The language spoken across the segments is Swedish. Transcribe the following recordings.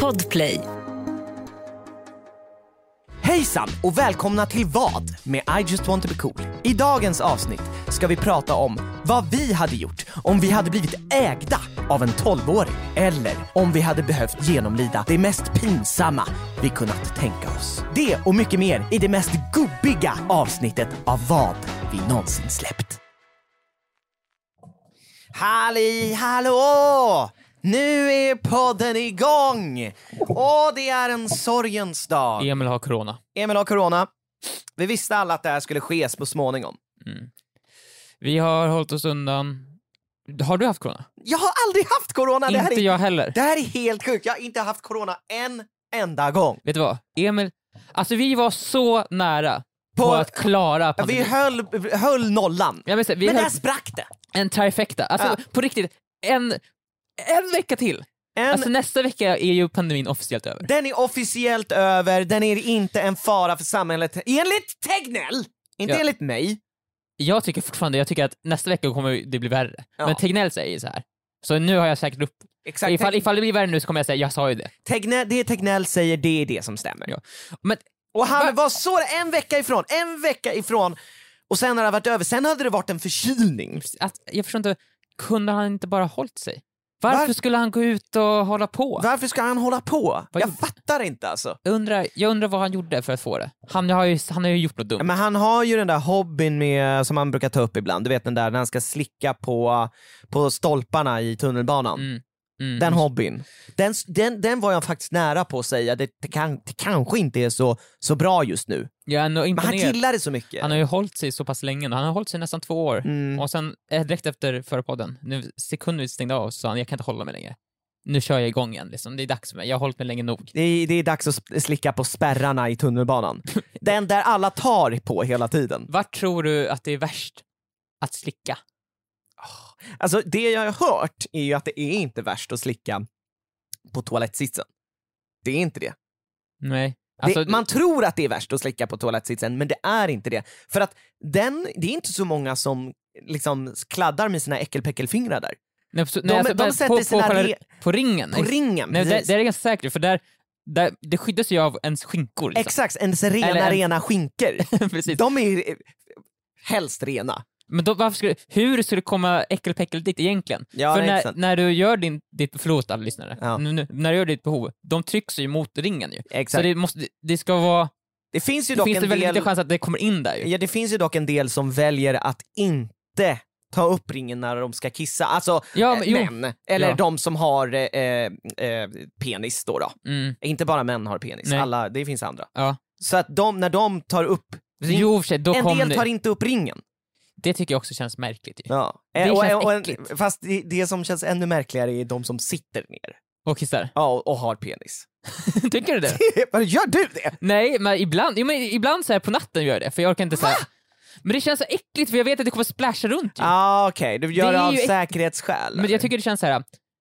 Podplay. Hejsan och välkomna till Vad med I just want to be cool. I dagens avsnitt ska vi prata om vad vi hade gjort om vi hade blivit ägda av en 12-åring. Eller om vi hade behövt genomlida det mest pinsamma vi kunnat tänka oss. Det och mycket mer i det mest gubbiga avsnittet av Vad vi någonsin släppt. Halli hallå! Nu är podden igång! Och det är en sorgens dag. Emil har corona. Vi visste alla att det här skulle ske så småningom. Vi har hållit oss undan. Har du haft corona? Jag har aldrig haft corona. Inte jag heller. Det här är helt sjukt. Jag har inte haft corona en enda gång. Vet du vad? Emil, alltså vi var så nära på att klara pandemin. Vi höll nollan. Men där sprack det. En trifecta. Alltså på riktigt, en vecka till. Alltså nästa vecka är ju pandemin officiellt över. Den är officiellt över. Den är inte en fara för samhället. Enligt Tegnell. Inte enligt mig. Jag tycker att nästa vecka kommer det bli värre. Men Tegnell säger så här. Så nu har jag säkert upp. Exakt. Ifall det blir värre nu så kommer jag säga, jag sa ju det. Det Tegnell säger, det är det som stämmer. Ja. Men, och han var så en vecka ifrån. Och sen har det varit över. Sen hade det varit en förkylning. Jag förstår inte, kunde han inte bara hållit sig? Varför skulle han gå ut och hålla på? Varför ska han hålla på? Jag fattar inte alltså. Jag undrar vad han gjorde för att få det. Han har ju gjort något dumt. Men han har ju den där hobbyn med, som han brukar ta upp ibland. Du vet den där när han ska slicka på stolparna i tunnelbanan. Den hobbyn. Den var jag faktiskt nära på att säga. Det kanske inte är så bra just nu. Men han gillar det så mycket. Han har ju hållit sig så pass länge. Han har hållit sig nästan 2 år. Och sen direkt efter förra podden, nu sekunder stängde av, så jag kan inte hålla mig längre. Nu kör jag igång igen liksom. Det är dags för mig. Jag har hållit mig länge nog. Det är dags att slicka på spärrarna i tunnelbanan. Den där alla tar på hela tiden. Vart tror du att det är värst att slicka? Alltså det jag har hört är ju att det är inte värst att slicka på toalettsitsen. Det är inte det. Nej. Alltså, man tror att det är värst att slicka på toalettsitsen, men det är inte det. För att det är inte så många som liksom kladdar med sina äckelpäckelfingrar där. De sätter sina på ringen. På ringen, nej, det är ganska säkert, för där det skyddas ju av ens skinkor. Liksom. Exakt, ens rena skinkor. Precis. De är helst rena. Men då, hur skulle det komma äckelpäckel dit egentligen? Ja, för när du gör förlåt alla lyssnare, när du gör ditt behov, de trycks ju mot ringen ju. Exakt. Så det ska vara... Det finns ju dock en väldigt lite chans att det kommer in där ju. Ja, det finns ju dock en del som väljer att inte ta upp ringen när de ska kissa. Alltså män, eller de som har penis då. Inte bara män har penis. Alla, det finns andra. Ja. Så att när de tar upp en del tar inte upp ringen. Det tycker jag också känns märkligt. Ja. Det känns äckligt. Fast det som känns ännu märkligare är de som sitter ner. Och kissar? Ja, och har penis. Tycker du det? Gör du det? Nej, men ibland så här på natten gör jag det. För jag orkar inte så här. Men det känns så äckligt, för jag vet att det kommer splasha runt. Okej. Du gör det av säkerhetsskäl. Men jag tycker det känns så här.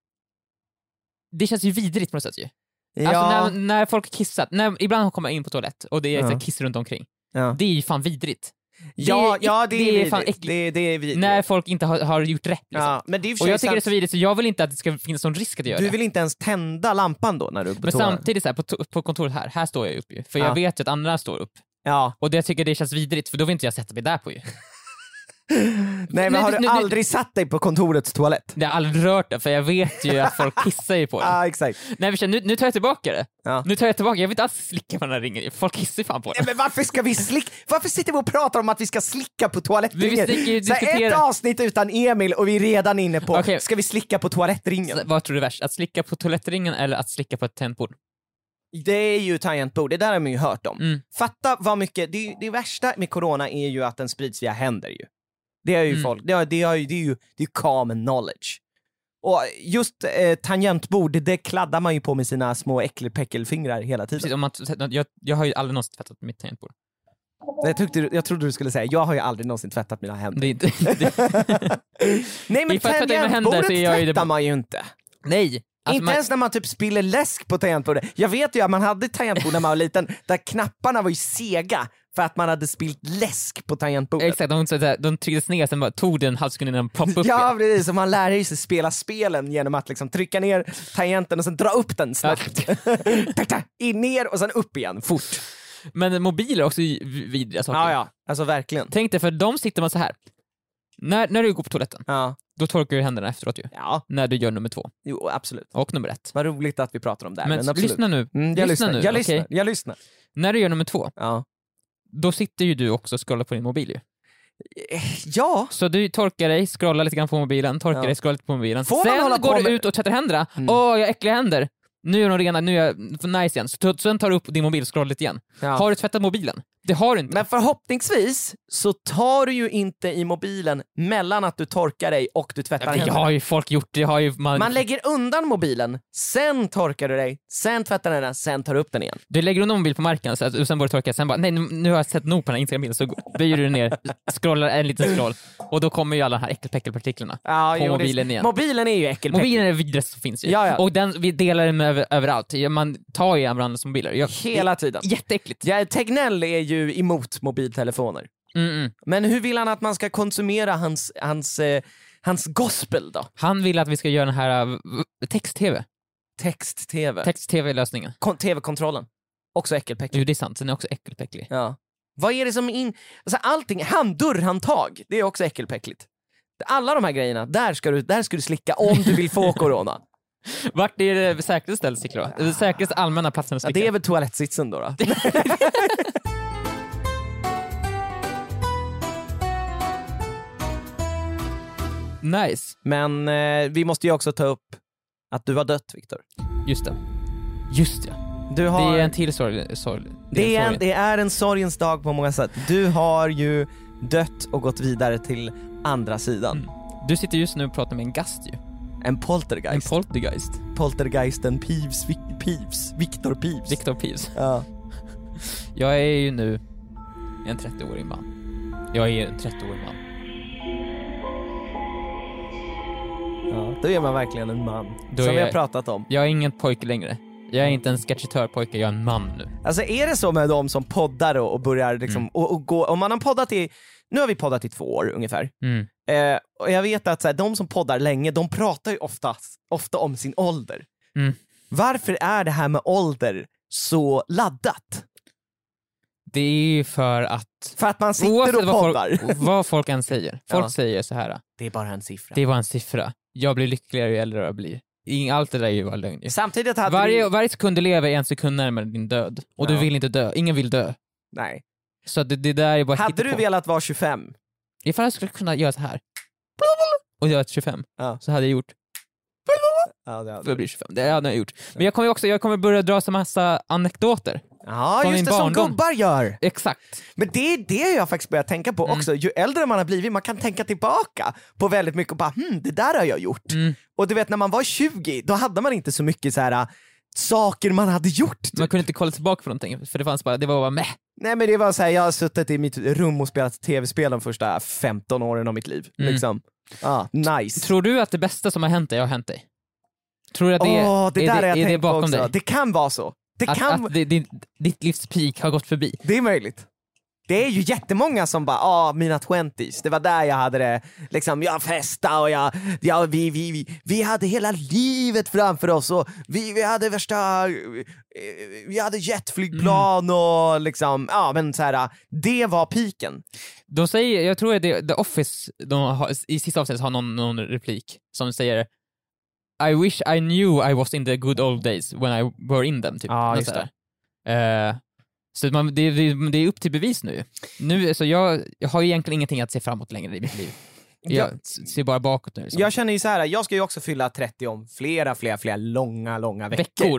Det känns ju vidrigt på något sätt ju. Ja. Alltså när folk kissat, ibland kommer jag in på toalett och det är kiss runt omkring. Ja. Det är ju fan vidrigt. Det är fan äckligt. Det är vidrigt. När folk inte har gjort rätt liksom. Ja, men det är och jag tycker det är så vidrigt, så jag vill inte att det ska finnas sån risk att göra det. Du vill inte ens tända lampan då när du Men samtidigt så här, på kontoret här står jag upp ju. För jag vet ju att andra står upp. Ja. Och det tycker det känns vidrigt, för då vill inte jag sätta mig där på ju. Nej, men har du aldrig satt dig på kontorets toalett? Jag har aldrig rört det, för jag vet ju att folk kissar ju på det. Ja, exakt. Nej, nu tar jag tillbaka det. Ja. Nu tar jag tillbaka, jag vill inte alls slicka på den här ringen. Folk kissar fan på det. Nej, men varför ska vi varför sitter vi och pratar om att vi ska slicka på toalettringen? Så ett avsnitt utan Emil och vi är redan inne på, ska vi slicka på toalettringen? Så, vad tror du är värst? Att slicka på toalettringen eller att slicka på ett tangentbord? Det är ju tangentbord, det där har man ju hört om. Fatta vad mycket, det värsta med corona är ju att den sprids via händer ju. Det är ju folk, det är ju common knowledge. Och just tangentbord, det kladdar man ju på med sina små äckelpäckelfingrar hela tiden. Precis, jag har ju aldrig någonsin tvättat mitt tangentbord. Jag trodde du skulle säga, jag har ju aldrig någonsin tvättat mina händer. Nej, men tangentbordet tvättar man ju inte. Nej, Alltså inte ens när man typ spiller läsk på tangentbordet. Jag vet ju att man hade tangentbord när man var liten där knapparna var ju sega för att man hade spillt läsk på tangentbordet. Exakt, de trycktes ner, sen bara tog det en halv sekund innan de poppade upp. Ja, precis, så man lär sig spela spelen genom att liksom trycka ner tangenten och sen dra upp den snabbt. In ner och sen upp igen, fort. Men mobiler är också vidriga saker. Ja, alltså verkligen. Tänk dig, för de sitter man så här. När du går på toaletten, då torkar du händerna efteråt ju. Ja. När du gör nummer 2. Jo, absolut. Och nummer 1. Vad roligt att vi pratar om det här. Men absolut. Lyssna nu. Jag lyssnar. När du gör nummer 2, då sitter ju du också och scrollar på din mobil ju. Ja. Så du torkar dig, scrollar lite grann på mobilen, torkar dig, scrollar lite på mobilen. Sen går du ut och tvättar händerna. Jag har äckliga händer. Nu är de rena, nu är jag nice igen. Så sen tar du upp din mobil och scrollar lite igen. Har du tvättat mobilen? Det har du inte. Men förhoppningsvis så tar du ju inte i mobilen mellan att du torkar dig och du tvättar händerna. Det har ju folk gjort. Det har ju man lägger undan mobilen, sen torkar du dig, sen tvättar händerna, sen tar du upp den igen. Du lägger undan mobilen på marken så att, sen börjar du torka, sen bara, nej nu har jag sett nog på den här Instagram-bilden, så böjer du ner, scrollar en liten scroll och då kommer ju alla de här äckelpäckelpartiklarna på mobilen igen. Mobilen är ju äckelpäckel. Mobilen är det vidrigaste som finns ju. Ja. Och vi delar den överallt. Man tar ju varandras mobiler. Hela tiden. Jätteäckligt. Ja, Tegnell är ju emot mobiltelefoner. Men hur vill han att man ska konsumera hans gospel då? Han vill att vi ska göra den här text-tv. Text-tv-lösningen. TV-kontrollen. Också äckelpäcklig. Jo, det är sant. Den är också äckelpäcklig. Ja. Vad är det som alltså allting, dörrhandtag, det är också äckelpäckligt. Alla de här grejerna, där ska du slicka om du vill få corona. Vart är det säkraste stället, Cyklo? Det säkraste allmänna platsen att slicka? Ja, det är väl toalettsitsen då. Nice. Men vi måste ju också ta upp att du har dött, Viktor. Just det. Det är en till sorg. Det är en sorgens dag på många sätt. Du har ju dött och gått vidare till andra sidan. Du sitter just nu och pratar med en gast ju. En poltergeist. Poltergeisten Viktor Peeves. Ja. Jag är ju nu en 30-årig man. Jag är en 30-årig man. Ja, då är man verkligen en man. Som vi har pratat om. Jag är ingen pojke längre. Jag är inte en sketchitörpojke, jag är en man nu. Alltså är det så med de som poddar och börjar liksom, och gå, om man har poddat nu har vi poddat i 2 år ungefär. Och jag vet att så här, de som poddar länge, de pratar ju ofta om sin ålder. Varför är det här med ålder så laddat? Det är ju för att man sitter och poddar. Vad folk än säger. Folk säger så här. Det är bara en siffra. Det är bara en siffra. Jag blir lyckligare ju äldre jag blir. Allt det där är ju bara lögn. Samtidigt hade varje sekund du lever är en sekund närmare din död. Och du vill inte dö. Ingen vill dö. Nej. Så det där är bara hade du velat vara 25? Ifall jag skulle kunna göra så här och göra ett 25 så hade jag gjort det blir 25. Det hade jag gjort. Men jag kommer börja dra en massa anekdoter. Ja, just det, som gubbar gör. Exakt. Men det är det jag faktiskt börjar tänka på också. Ju äldre man har blivit, man kan tänka tillbaka på väldigt mycket och bara, det där har jag gjort. Och du vet, när man var 20, då hade man inte så mycket så här saker man hade gjort. Typ. Man kunde inte kolla tillbaka på någonting, för det var bara med. Nej, men det var så här, jag har suttit i mitt rum och spelat tv-spel de första 15 åren av mitt liv. Liksom. Nice. Tror du att det bästa som har hänt dig har hänt dig? Tror du att är det bakom dig? Det kan vara så. Att ditt livs peak har gått förbi. Det är möjligt. Det är ju jättemånga som bara, mina 20s, det var där jag hade det, liksom, jag festade och vi hade hela livet framför oss och vi hade vi hade jetflygplan och liksom, men så här, det var piken. De säger, jag tror att The Office, i sista avsnittet har någon replik som säger I wish I knew I was in the good old days when I were in them, typ. Just det. Så det är upp till bevis nu. Så jag har egentligen ingenting att se framåt längre i mitt liv. Jag ser bara bakåt nu. Liksom. Jag känner ju så här, jag ska ju också fylla 30 om flera långa veckor.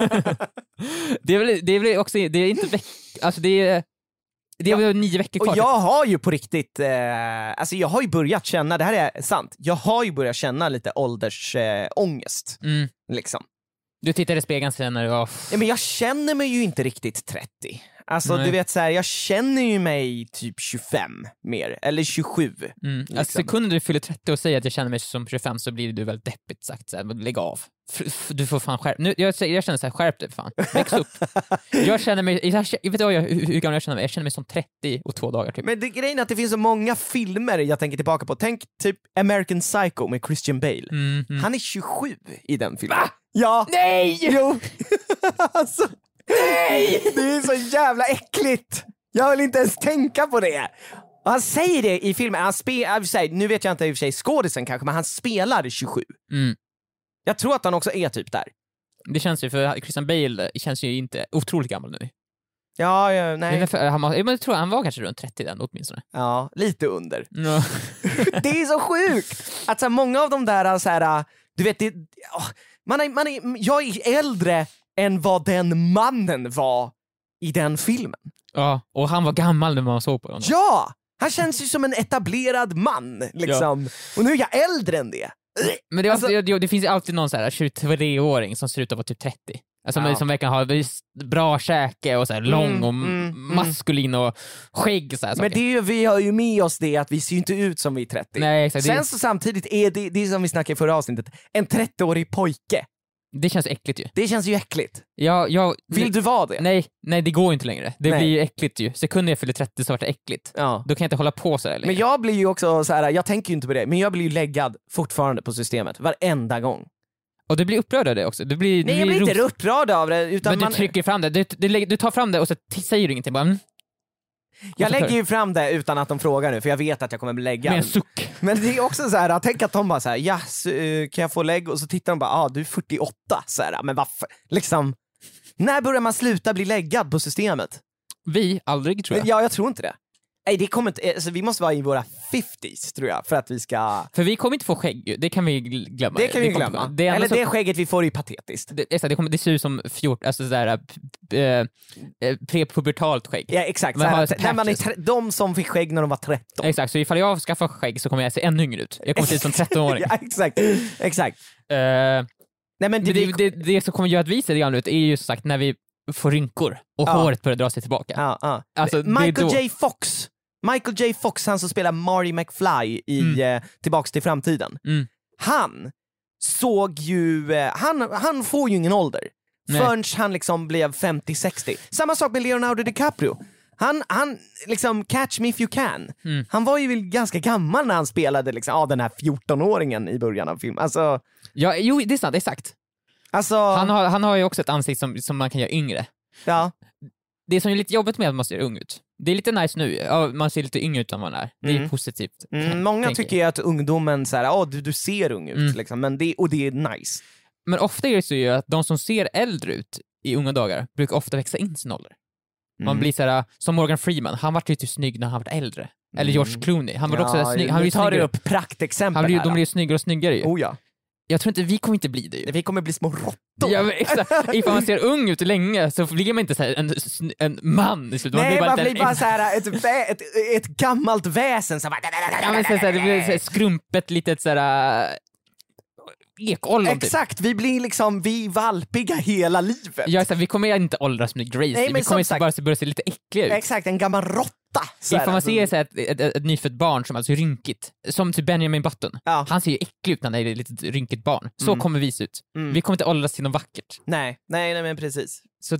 det är väl också, det är inte alltså det är väl 9 veckor kvar. Och jag har ju på riktigt, alltså jag har ju börjat känna, det här är sant, jag har ju börjat känna lite åldersångest. Liksom. Du tittar i spegeln sen när du var... Ja, men jag känner mig ju inte riktigt 30. Alltså du vet så här, jag känner ju mig typ 25 mer, eller 27. Liksom. Alltså sekunden du fyller 30 och säger att jag känner mig som 25 så blir du väldigt deppigt sagt så här, lägg av. Du får fan skärp. Nu, jag känner så här, skärp dig fan. Väx upp. Jag känner mig, jag vet hur gammal jag känner mig. Jag känner mig som 30 och 2 dagar typ. Men det grejen är att det finns så många filmer jag tänker tillbaka på. Tänk typ American Psycho med Christian Bale. Han är 27 i den filmen. Va? Ja. Nej! Jo. Alltså, nej! Det är så jävla äckligt. Jag vill inte ens tänka på det. Och han säger det i filmen. Nu vet jag inte i och för sig skådisen kanske, men han spelar 27. Jag tror att han också är typ där. Det känns ju, för Christian Bale känns ju inte otroligt gammal nu. Ja, nej. Jag tror han var kanske runt 30 den åtminstone. Ja, lite under. Det är så sjukt att så här, många av de där så här, du vet det, jag är äldre än vad den mannen var i den filmen. Ja, och han var gammal när man såg på honom. Ja, han känns ju som en etablerad man liksom. Ja. Och nu är jag äldre än det. Men det finns ju alltid någon så här 23-åring som ser ut att vara typ 30. Alltså som verkar ha bra käke och så här lång och maskulin och skägg så här. Men vi har ju med oss det att vi ser inte ut som vi är 30. Nej, exakt. Sen så samtidigt är det som vi snackade i förra avsnittet, en 30-årig pojke. Det känns äckligt ju. Det känns ju äckligt. Vill du vara det? Nej, det går inte längre. Det blir ju äckligt ju. Sekunden jag fyller 30 så vart det äckligt. Ja. Då kan jag inte hålla på så här längre. Men jag blir ju också så här, jag tänker ju inte på det, men jag blir ju läggad fortfarande på systemet varenda gång. Och du blir upprörd av det också. Jag blir inte upprörd av det. Utan men du trycker fram det. Du tar fram det och så säger du ingenting. Bara, Jag lägger ju fram det utan att de frågar nu, för jag vet att jag kommer bli läggad. Med en suck. Men det är också så här, tänk att de bara så här, kan jag få lägg? Och så tittar de bara, du är 48. Så här, men varför? Liksom, när börjar man sluta bli läggad på systemet? Vi aldrig, tror jag. Ja, jag tror inte det. Nej, det kommer inte, alltså, vi måste vara i våra 50s, tror jag, för att vi ska... För vi kommer inte få skägg, det kan vi glömma. Det kan vi glömma. Eller det skägget vi får är patetiskt. Det ser ut som 14, alltså sådär prepubertalt skägg. Ja, exakt. När man är de som fick skägg när de var 13. Exakt, så ifall jag skaffar skägg så kommer jag se ännu yngre ut. Jag kommer se ut som 13-åring. Ja, exakt. Nej, men det som kommer göra att vi ser det gamla ut är ju som sagt när vi får rynkor och håret börjar dra sig tillbaka. Alltså, Michael J. Fox, han som spelar Marty McFly i Tillbaks till framtiden. Han såg ju, han får ju ingen ålder. Förrän han liksom blev 50-60. Samma sak med Leonardo DiCaprio. Han liksom, Catch Me If You Can. Han var ju ganska gammal när han spelade liksom, den här 14-åringen i början av filmen. Alltså, ja, jo, det är sant, exakt. Alltså, han har ju också ett ansikte som man kan göra yngre. Ja. Det som är lite jobbigt med att man ser ung ut. Det är lite nice nu, man ser lite yngre ut än vad man är. Det är positivt. Många tycker ju att ungdomen så här, du ser ung ut liksom, men det är nice. Men ofta är det så ju att de som ser äldre ut i unga dagar brukar ofta växa in sin ålder. Man blir så här, som Morgan Freeman, han var ju typ snygg när han var äldre. Eller George Clooney, han var också där snygg. Han tar det upp praktexempel här. De blir snyggare och snyggare ju. Oh ja. Jag tror inte vi kommer inte bli det ju. Vi kommer bli små råttor. Ja, men exakt. Ifall man ser ung ut länge så blir man inte så här en man. Nej, man blir bara så här ett gammalt väsen som bara... Ja, men så här, det blir så här skrumpet litet så här ekollon. Exakt, typ. Vi blir liksom valpiga hela livet. Ja, så här, vi kommer inte åldras med Gracie. Nej, vi kommer bara börja se lite äckliga ut. Exakt, en gammal råtta. Ifall man ser så här, ett nyfött barn som alltså är rynkigt, som typ Benjamin Button. Ja. Han ser ju äcklig ut när han är ett litet rynkigt barn. Så kommer vi se ut. Vi kommer inte åldras till något vackert. Nej, men precis. Så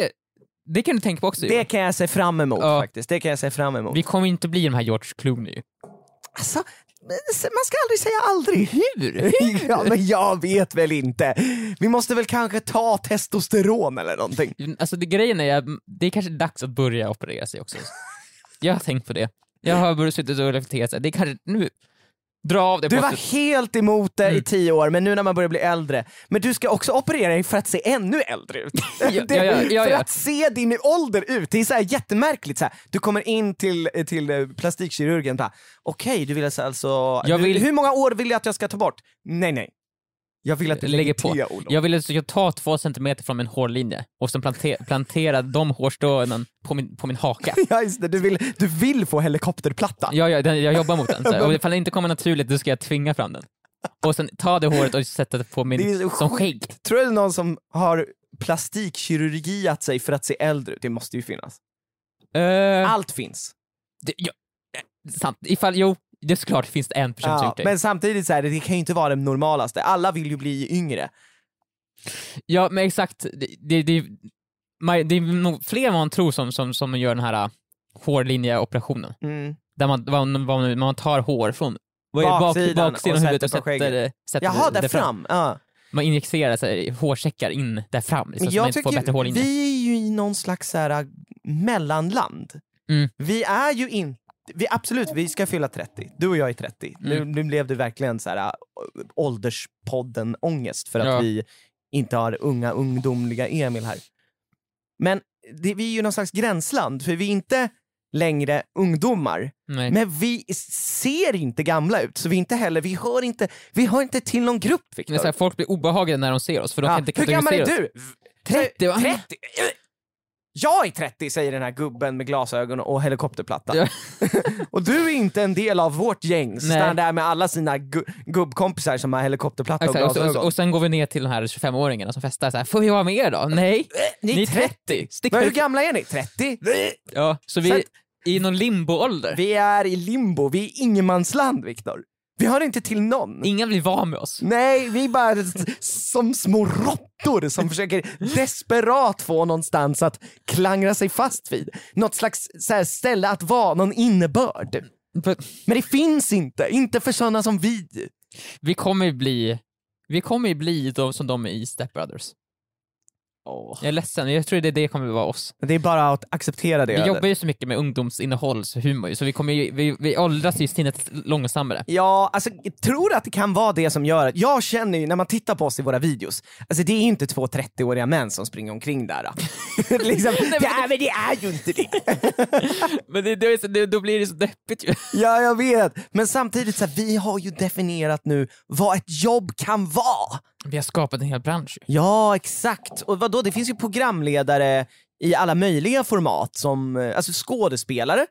det kan du tänka på också. Det kan jag se fram emot faktiskt. Det kan jag se fram emot. Vi kommer inte bli de här George Clooney. Alltså, man ska aldrig säga aldrig. Hur? Ja, men jag vet väl inte. Vi måste väl kanske ta testosteron eller någonting. Alltså grejen är, det är kanske dags att börja operera sig också. Jag har tänkt på det. Jag har börjat suttit och reflekterat. Det är kanske nu. Dra av det. Du var helt emot det i 10 år, men nu när man börjar bli äldre. Men du ska också operera dig för att se ännu äldre ut. För att se din ålder ut. Det är så här jättemärkligt. Så här. Du kommer in till plastikkirurgen och bara, okej, du vill alltså... Hur många år vill jag att jag ska ta bort? Nej. Jag vill att du lägger på. Jag vill att jag tar 2 centimeter från min hårlinje och sen plantera de hårstrånen på min haka. Ja, just det. Du vill få helikopterplatta. Ja, jag jobbar mot den. Så. Och ifall det inte kommer naturligt, då ska jag tvinga fram den. och sen ta det håret och sätta det på min som skägg. Tror du det är någon som har plastikkirurgiat sig för att se äldre ut? Det måste ju finnas. Allt finns. Sant. Det är såklart finns det en person som gjort det. Men samtidigt så här, det kan ju inte vara det normalaste. Alla vill ju bli yngre. Ja, men exakt. Det är nog fler än man tror som gör den här hårlinjeoperationen. Där man tar hår från baksidan av huvudet och sätter jaha, där fram. Man injicerar sig hårsäckar in där fram så jag man får bättre hårlinje. Vi är ju i någon slags så här, mellanland. Vi är ju inte absolut, vi ska fylla 30. Du och jag är 30. Nu blev det verkligen så här ålderspodden ångest för att vi inte har ungdomliga Emil här. Men vi är ju någon slags gränsland, för vi är inte längre ungdomar. Nej. Men vi ser inte gamla ut, så vi inte heller, vi hör inte till någon grupp, Victor. Så här, folk blir obehagliga när de ser oss, för de kan inte kategorisera oss. Hur gammal är du? 30, va? 30? Jag är 30, säger den här gubben med glasögon och helikopterplatta. Ja. Och du är inte en del av vårt gäng. Stannar där med alla sina gubbkompisar som har helikopterplatta och glasögon. Och sen går vi ner till de här 25-åringarna som festar så här. Får vi vara med er då? Nej, ni är 30. Men hur gamla är ni? 30? Ja, så vi är i någon limbo-ålder. Vi är i limbo, vi är ingenmansland, Victor. Vi hör inte till någon. Ingen vill vara med oss. Nej, vi är bara som små råttor som försöker desperat få någonstans att klangra sig fast vid. Något slags så här, ställe att vara, någon innebörd. Men det finns inte för sådana som vi. Vi kommer ju bli de som de är i Step Brothers. Jag är ledsen, jag tror det kommer att vara oss. Det är bara att acceptera det. Vi jobbar ju så mycket med ungdomsinnehållshumor, så vi åldras ju sinnet långsammare. Ja, alltså jag tror att det kan vara det som gör att jag känner ju när man tittar på oss i våra videos, alltså det är inte 2 30-åriga män som springer omkring där. Liksom, men det är ju inte det. Men då blir det så deppigt ju. Ja, jag vet. Men samtidigt så här, vi har ju definierat nu vad ett jobb kan vara. Vi har skapat en hel bransch. Ja, exakt. Och vadå, det finns ju programledare i alla möjliga format som, alltså skådespelare.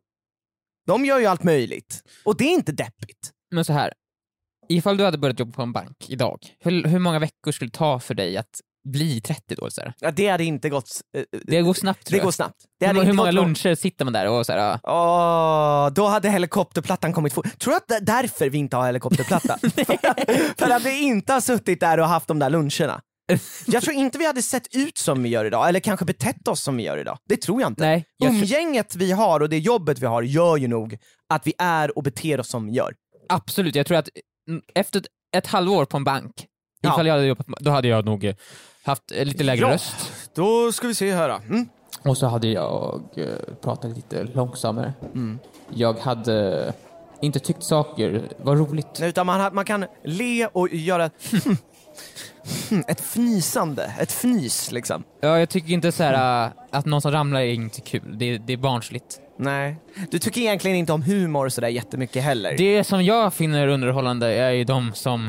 De gör ju allt möjligt. Och det är inte deppigt. Men så här, ifall du hade börjat jobba på en bank idag, hur många veckor skulle det ta för dig att bli 30 då? Så här? Ja, det hade inte gått... det går snabbt, tror jag. Det går snabbt. Hur många luncher sitter man där och så här? Då hade helikopterplattan kommit fort. Tror du att därför vi inte har helikopterplatta? För att vi inte har suttit där och haft de där luncherna. Jag tror inte vi hade sett ut som vi gör idag, eller kanske betett oss som vi gör idag. Det tror jag inte. Nej, Umgänget vi har och det jobbet vi har gör ju nog att vi är och beter oss som vi gör. Absolut, jag tror att efter ett halvår på en bank, ifall jag hade jobbat, då hade jag nog haft lite lägre röst. Då ska vi se här då. Och så hade jag pratat lite långsammare. Jag hade inte tyckt saker var roligt. Utan man kan le och göra ett fnys liksom. Ja, jag tycker inte så här att någon som ramlar är inte kul. Det är barnsligt. Nej. Du tycker egentligen inte om humor så där jättemycket heller. Det som jag finner underhållande är ju de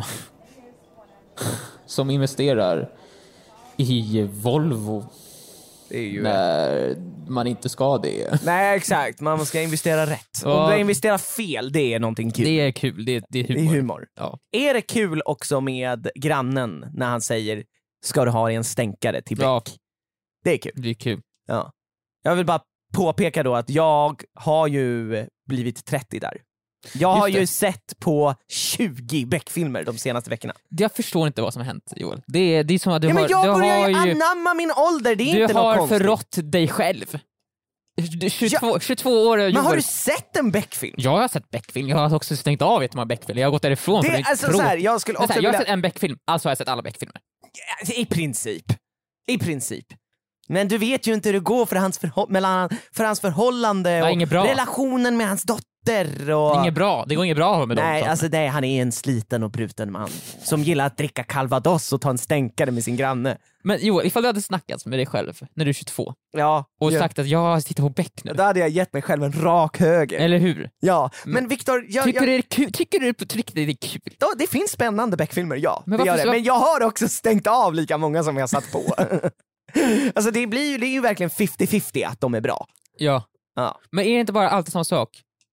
som investerar i Volvo. Det är ju när man inte ska det. Nej, exakt. Man ska investera rätt. Om du investerar fel, det är någonting kul. Det är kul, det är humor. Det är humor. Ja. Är det kul också med grannen när han säger, ska du ha en stänkare till bäck? Ja. Det är kul. Det är kul. Ja. Jag vill bara påpeka då att jag har ju blivit 30 där. Jag har ju sett på 20 Beck-filmer de senaste veckorna. Jag förstår inte vad som har hänt, Joel. Det är som att du men jag börjar ju anamma min ålder, det är inte något konstigt. Du har förrått dig själv. 22 år. Men har du sett en Beck-film? Jag har sett Beck-film. Jag har också stängt av jättemånga Beck-filmer. Jag har gått därifrån. Det, alltså, så här, jag skulle också jag har sett en Beck-film, alltså har jag sett alla Beck-filmer. I princip. Men du vet ju inte hur det går för hans förhållande och relationen med hans dotter. Och... Det går inget bra med dem. Nej, alltså han är en sliten och bruten man som gillar att dricka calvados och ta en stänkare med sin granne. Men jo, ifall du hade snackat med dig själv när du är 22 och sagt att jag sitter på Beck nu, då hade jag gett mig själv en rak höger. Eller hur? Ja, men Victor, tycker du på riktigt det är kul? Ja, det finns spännande Beck-filmer, ja. Men jag har också stängt av lika många som jag satt på. Alltså det är ju verkligen 50-50 att de är bra. Ja. Men är det inte bara alltid samma sak?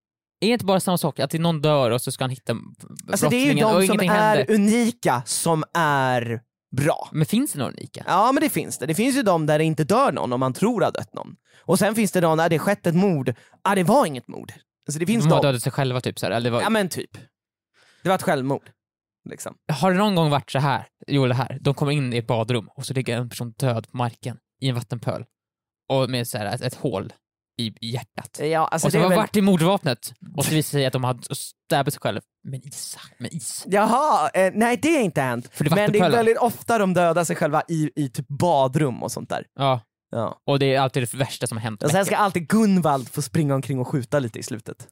Är inte bara samma sak att det är någon dör och så ska han hitta alltså det är ju de som är unika som är bra. Men finns det några unika? Ja, men det finns det. Det finns ju de där det inte dör någon om man tror att dött någon. Och sen finns det de där det skett ett mord. Det var inget mord. Alltså det finns de har dödat sig själva typ så här, eller Ja men typ. Det var ett självmord liksom. Har det någon gång varit så här? Jo, det här. De kommer in i ett badrum och så ligger en person död på marken i en vattenpöl och med så här ett hål i hjärtat. Ja, alltså och så har väl... varit i mordvapnet och så visar sig att de har stäbat sig själv med is. Jaha, nej det är inte hänt. Men det är väldigt ofta de dödar sig själva i typ badrum och sånt där. Ja. Och det är alltid det värsta som har hänt. Och sen ska alltid Gunvald få springa omkring och skjuta lite i slutet.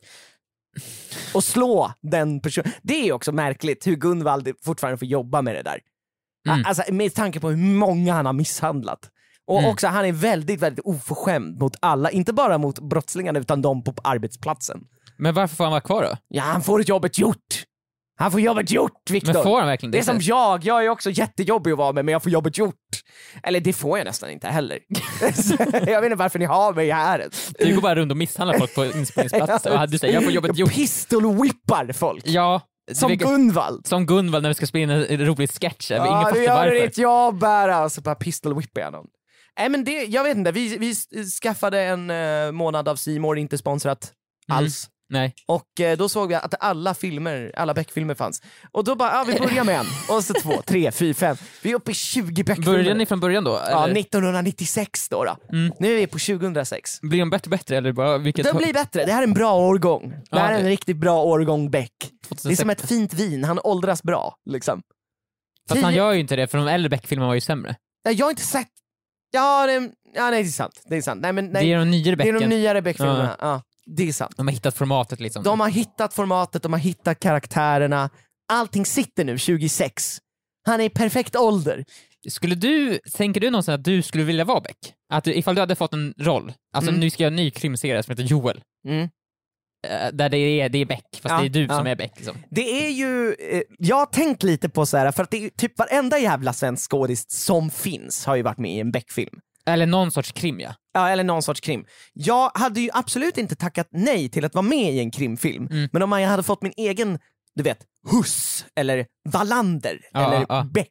Och slå den personen. Det är också märkligt hur Gunvald fortfarande får jobba med det där. Alltså med tanke på hur många han har misshandlat. Och också han är väldigt, väldigt oförskämd mot alla. Inte bara mot brottslingarna utan de på arbetsplatsen. Men varför får han vara kvar då? Ja, han får jobbet gjort. Han får jobbet gjort, Victor. Men får han verkligen det? Det är som jag är också jättejobbig att vara med, men jag får jobbet gjort. Eller det får jag nästan inte heller. Jag vet inte varför ni har mig här. Du går bara runt och misshandlar folk på inspelningsplatser och du säger jag får jobbet gjort. Pistol-whippar folk. Ja. Som Gunvald. Som Gunvald när vi ska spela en rolig sketch. Ja, ingen fattar varför. Du gör ditt jobb bara och så bara pistol-whippar jag någon. Nej men det, jag vet inte, vi skaffade en månad av C More, inte sponsrat alls. Nej. Och då såg vi att alla Beck-filmer fanns. Och då bara, vi börjar med en. Och så 2, 3, 4, 5. Vi är uppe i 20 Beck-filmer. Började ni från början då? Eller? Ja, 1996 då. Nu är vi på 2006. Blir de bättre eller bara vilket? De blir bättre, det här är en bra årgång. Det här är en riktigt bra årgång Beck. 2006. Det är som ett fint vin, han åldras bra liksom. Fast han gör ju inte det, för de äldre Beck-filmerna var ju sämre. Jag har inte sett. Ja, nej, det är sant. Nej, men, nej. Det är de nyare Becken. Det är de nyare Beck-filmerna, ja. Det är sant. De har hittat formatet liksom. De har hittat formatet, de har hittat karaktärerna. Allting sitter nu 26. Han är i perfekt ålder. Tänker du någonsin att du skulle vilja vara Beck? Att ifall du hade fått en roll. Alltså nu ska jag en ny krimserie som heter Joel. Där det är Beck, fast det är du som är Beck liksom. Det är ju, jag har tänkt lite på så här, för att det är typ varenda jävla svensk skådis som finns har ju varit med i en Beck-film. Eller någon sorts krim, ja. Ja, eller någon sorts krim. Jag hade ju absolut inte tackat nej till att vara med i en krimfilm. Men om jag hade fått min egen, du vet, Huss eller Wallander eller Beck.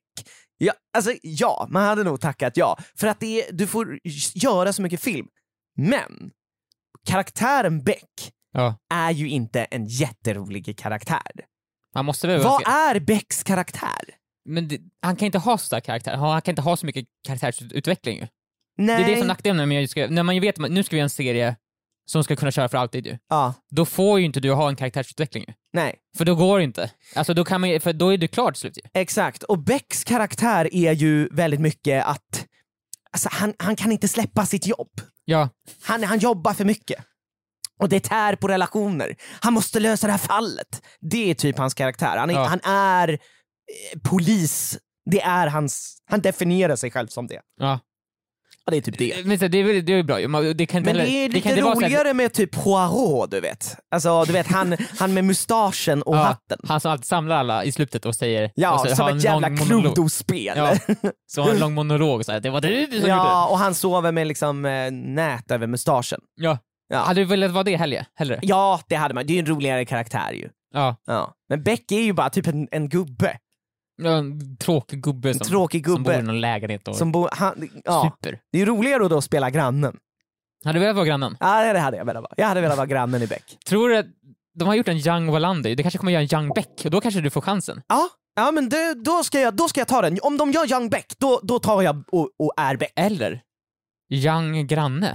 Ja, man hade nog tackat ja. För att du får göra så mycket film. Men karaktären Beck är ju inte en jätterolig karaktär. Man måste väl Vad är Becks karaktär? Men han kan inte ha så där karaktär. Han kan inte ha så mycket karaktärsutveckling. Nej. Det är det som nackdelen när man vet att nu ska vi ha en serie som ska kunna köra för alltid ju. Då får ju inte du ha en karaktärsutveckling ju. Nej. För då går det inte. Alltså då kan för då är du klar till slut ju. Exakt. Och Becks karaktär är ju väldigt mycket att alltså, han kan inte släppa sitt jobb. Ja. Han jobbar för mycket. Och det tär på relationer. Han måste lösa det här fallet. Det är typ hans karaktär. Han är polis. Det är han definierar sig själv som det. Ja. Ja, det är typ det. Men det är ju bra. Det kan men det är lite roligare med typ Poirot, du vet. Alltså, du vet, han med mustaschen och hatten. Han som alltid samlar alla i slutet och säger... Ja, och som ett jävla Cluedo-spel. Ja, så en lång monolog. Så här, det var du som gjorde det. Och han sover med liksom nät över mustaschen. Ja. Hade du velat vara det hellre? Ja, det hade man. Det är ju en roligare karaktär ju. Ja. Men Beck är ju bara typ en gubbe. Ja, en tråkig gubbe som bor i någon lägenhet och super. Det är ju roligare att då spela grannen. Hade du velat vara grannen? Ja, det hade jag velat vara. Jag hade velat vara grannen i Beck. Tror du att de har gjort en Young Wallander? Det kanske kommer göra en Young Beck och då kanske du får chansen. Ja, men då ska jag ta den. Om de gör Young Beck, då tar jag och är Beck. Eller Young Granne.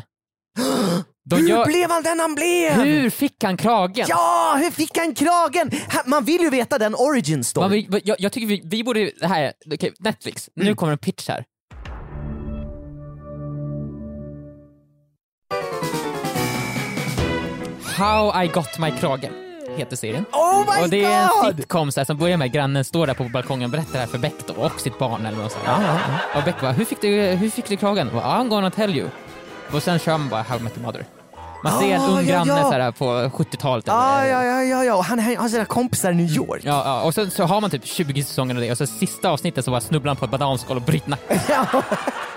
Hur blev han den han blev? Hur fick han kragen? Ja, hur fick han kragen? Man vill ju veta den origin story. Jag tycker vi borde... Här, okay, Netflix, nu kommer en pitch här. How I Got My Kragen heter serien. Oh my God! Och det är en sitcom så här, som börjar med grannen står där på balkongen och berättar det här för Beck då, och sitt barn eller något sånt. Och Beck bara, hur fick du kragen? Och, I'm gonna tell you. Och sen kör man bara How I Met Your Mother. Man ser en ung granne så här på 70-talet. Ja. Och han har sina kompisar i New York. Ja. Och sen så har man typ 20 säsonger av det. Och så sista avsnittet så bara snubblar han på ett bananskal och bryter nacken.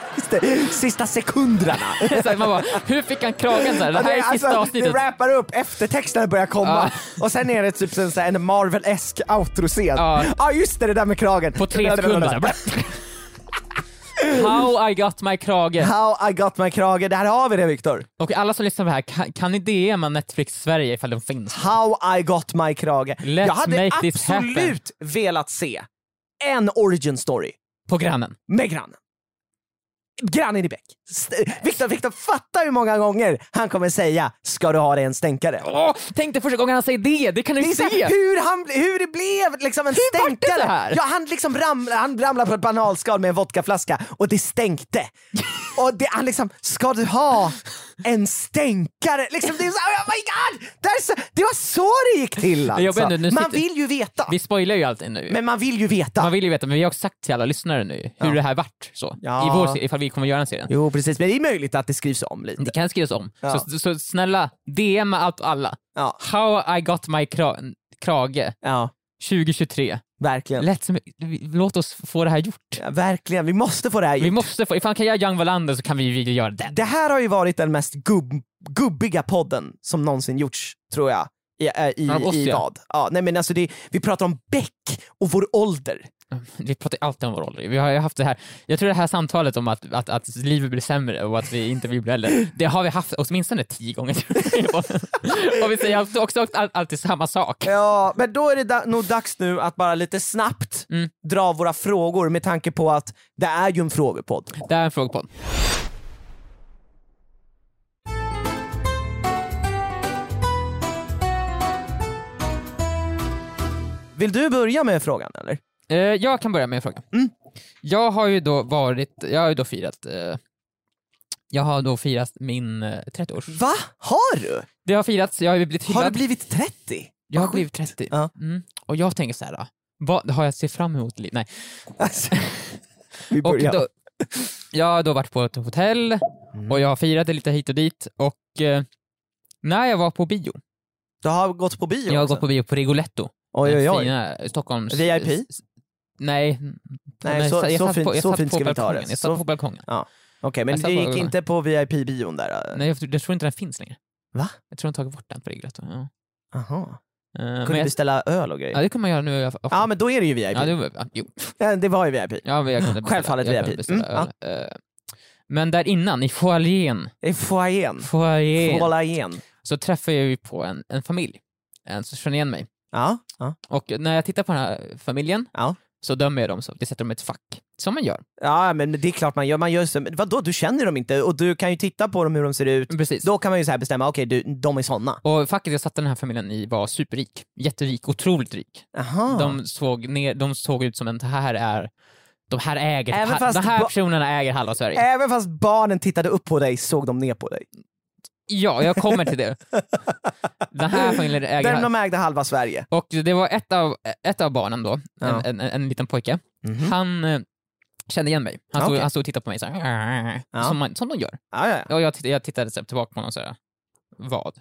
Just det, sista sekunderna. Så man bara, hur fick han kragen så här? Det här är sista avsnittet. Det rappar upp, eftertexterna börjar komma. Och sen är det typ en Marvel-esk outro-scen. Ja, just det där med kragen. På 3 sekunder. How I got my krage. How I got my krage. Där har vi det, Viktor. Och alla som lyssnar på det här, kan ni DMa Netflix Sverige ifall de finns? How I got my krage. Let's jag hade absolut velat se en origin story. På grannen. Med grannen. Grannen i Bäck. Viktor, fatta hur många gånger han kommer säga, ska du ha det en stänkare? Tänk dig första gången han säger det kan du se. Hur det blev liksom en stänkare. Här? Ja, han liksom ramlade på ett banalskal med en vodkaflaska och det stänkte. Och han liksom, ska du ha en stänkare? Liksom, det är så, oh my god! Det var så det gick till alltså. Man vill ju veta. Vi spoilar ju alltid nu. Men man vill ju veta. Men vi har också sagt till alla lyssnare nu hur det här vart så. Ja. I vår, ifall vi kommer göra en serie. Jo, precis. Men det är möjligt att det skrivs om lite. Det kan skrivas om. Ja. Så snälla, DM allt och alla. Ja. How I got my krage. Ja. 2023. Verkligen. Låt oss få det här gjort. Ja, verkligen. Vi måste få det här gjort. Ifall kan jag Young Wallander så kan vi göra det. Det här har ju varit den mest gubbiga podden som någonsin gjorts, tror jag. I vad? Ja, nej men alltså vi pratar om Beck och vår ålder. Vi pratar alltid om vår ålder. Vi har haft det här. Jag tror det här samtalet om att livet blir sämre och att vi inte vill bli äldre. Det har vi haft åtminstone 10 gånger. Och vi säger också alltid samma sak. Ja, men då är det nog dags nu att bara lite snabbt dra våra frågor med tanke på att det är ju en frågepodd. Det är en frågepodd. Vill du börja med frågan eller? Jag kan börja med en fråga. Jag har ju då firat jag har då firat min 30-års. Va? Har du? Det har firats, jag har blivit hyllad. Har du blivit 30? Jag har blivit 30. Ja. Och jag tänker så här, vad har jag sett fram emot? Nej. Alltså, vi börjar. Och jag har då varit på ett hotell och jag har firat det lite hit och dit och när jag var på bio. Du har gått på bio? Jag har också? gått på bio på Rigoletto. Oj. Fina Stockholms... VIP? Nej, så fint ska vi ta det. Jag satt på balkongen. Ja. Okej, men det gick inte på VIP-bion där? Nej, jag tror inte den finns längre. Va? Jag tror de tagit bort den på Rigoletto. Ja. Aha. Kunde du beställa öl och grejer? Ja, det kan man göra nu. Ja, men då är det ju VIP. Ja, det var ju VIP. Ja, men jag kunde självfallet VIP. Men där innan, i foajén. Så träffade jag ju på en familj. Som känner igen mig. Ja. Och när jag tittar på den här familjen så dömer jag dem så. Det sätter dem i ett fack. Som man gör. Ja, men det är klart man gör så. Vadå, du känner dem inte och du kan ju titta på dem hur de ser ut. Precis. Då kan man ju så här bestämma, okej, de är såna. Och facket jag satte den här familjen i var superrik. Jätterik, otroligt rik. Aha. De såg ut som de här personerna äger halva Sverige. Även fast barnen tittade upp på dig såg de ner på dig. Ja, jag kommer till det. Den här familjen äger... De ägde halva Sverige. Och det var ett av barnen då, en liten pojke. Han kände igen mig. Han stod och tittade på mig så här, som de gör. Och jag tittade tillbaka på honom så här, vad?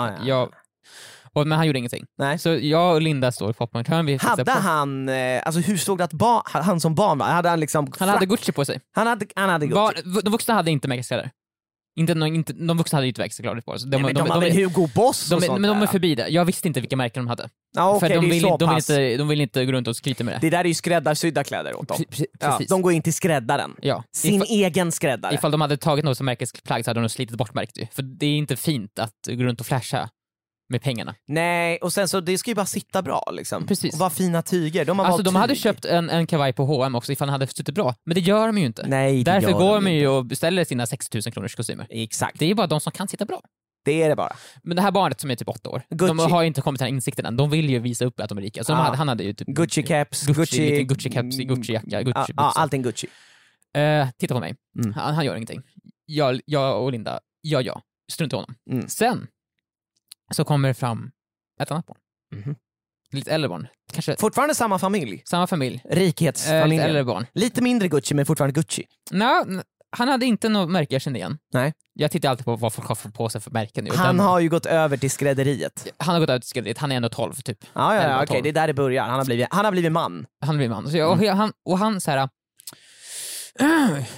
Men han gjorde ingenting. Nej. Så jag och Linda står i popcorn. Hade han, alltså hur stod det att han som barn var? Hade han liksom... Han hade Gucci på sig. Han hade Gucci. De vuxna hade inte märkeskläder. De vuxna hade ju inte växelklarat på det. De hade Hugo Boss och sånt. Men de är förbi det. Jag visste inte vilka märken de hade. För de vill inte gå runt och skryta med det. Det där är ju skräddarsydda kläder åt dem. Precis. De går in till skräddaren. Ja. Sin egen skräddare. Ifall de hade tagit något som märkesplagg så hade de slitit bort märket. För det är inte fint att gå runt och flasha med pengarna. Nej, och sen så det ska ju bara sitta bra liksom. Precis. Och vad fina tyger. De hade köpt en kavaj på H&M också ifall han hade suttit bra. Men det gör de ju inte. Nej, därför går de ju och beställer sina 6 000 kronors kostymer. Exakt. Det är bara de som kan sitta bra. Det är det bara. Men det här barnet som är typ 8 år, de har ju inte kommit till den insikten än. De vill ju visa upp att de är rika. Så han hade ju typ Gucci-caps, Gucci-caps, Gucci-jacka, Gucci. Allting Gucci. Titta på mig. Han gör ingenting. Jag och Linda, strunt i honom. Sen så kommer det fram ett annat barn. Lite äldre barn. Kanske... Fortfarande samma familj. Rikhetsfamiljen. Äldre barn. Lite mindre Gucci, men fortfarande Gucci. Han hade inte något märke jag kände igen. Nej. Jag tittar alltid på vad folk har på sig för märken nu. Han har ju gått över till skrädderiet. Han har gått över till skrädderiet. Han är ändå 12 typ. Ja, okej. Det är där det börjar. Han har blivit man. Han har blivit man. Så han så här...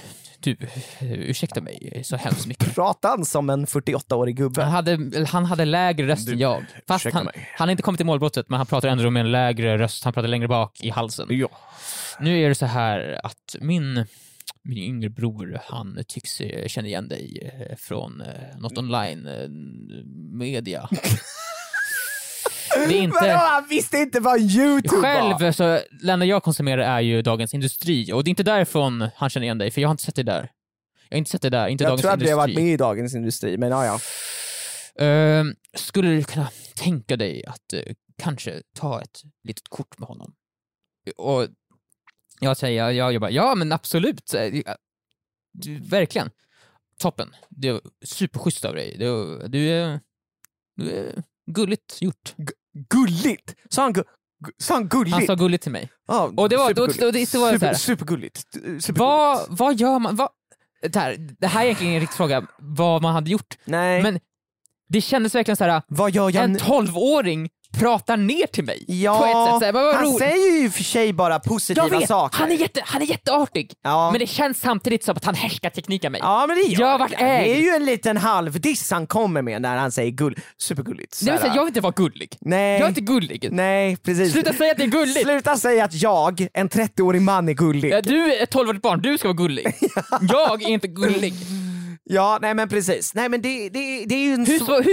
Du, ursäkta mig så hemskt mycket. Pratar han som en 48-årig gubbe? Han hade lägre röst än jag. Fast han har inte kommit till målbrottet, men han pratar ändå med en lägre röst. Han pratar längre bak i halsen. Ja. Nu är det så här att min yngre bror, han tycks känna igen dig från något online media. Det är inte... Vadå, han visste inte vad YouTube var. Själv så, länder jag konsumerar är ju Dagens Industri. Och det är inte därifrån han känner igen dig, för jag har inte sett det där. Jag har inte sett det där, inte jag Dagens tror att Industri. det har varit med i Dagens Industri, men ja. Skulle du kunna tänka dig att kanske ta ett litet kort med honom? Och jag säger, jag bara, ja men absolut. Verkligen. Toppen. Det är superschysst av dig. Du är gulligt gjort. Gulligt? Sa han gulligt? Han sa gulligt till mig. Ja, och det var så här. Supergulligt. Vad gör man? Det här är egentligen en riktig fråga. Vad man hade gjort. Nej. Men det kändes verkligen så här. Vad gör jag en 12-åring pratar ner till mig. Ja, på ett sätt. Så här, han säger ju för sig bara positiva saker. Han är jätteartig. Ja. Men det känns samtidigt som att han härskar tekniken mig. Ja, men det gör det. Det är ju en liten halvdiss han kommer med när han säger supergulligt. Nej, jag vill inte vara gullig. Nej. Jag är inte gullig. Nej, precis. Sluta säga att det är gulligt. Sluta säga att jag, en 30-årig man, är gullig. Ja, du är ett 12-årigt barn, du ska vara gullig. Jag är inte gullig. Ja, nej men precis. Nej men det är ju en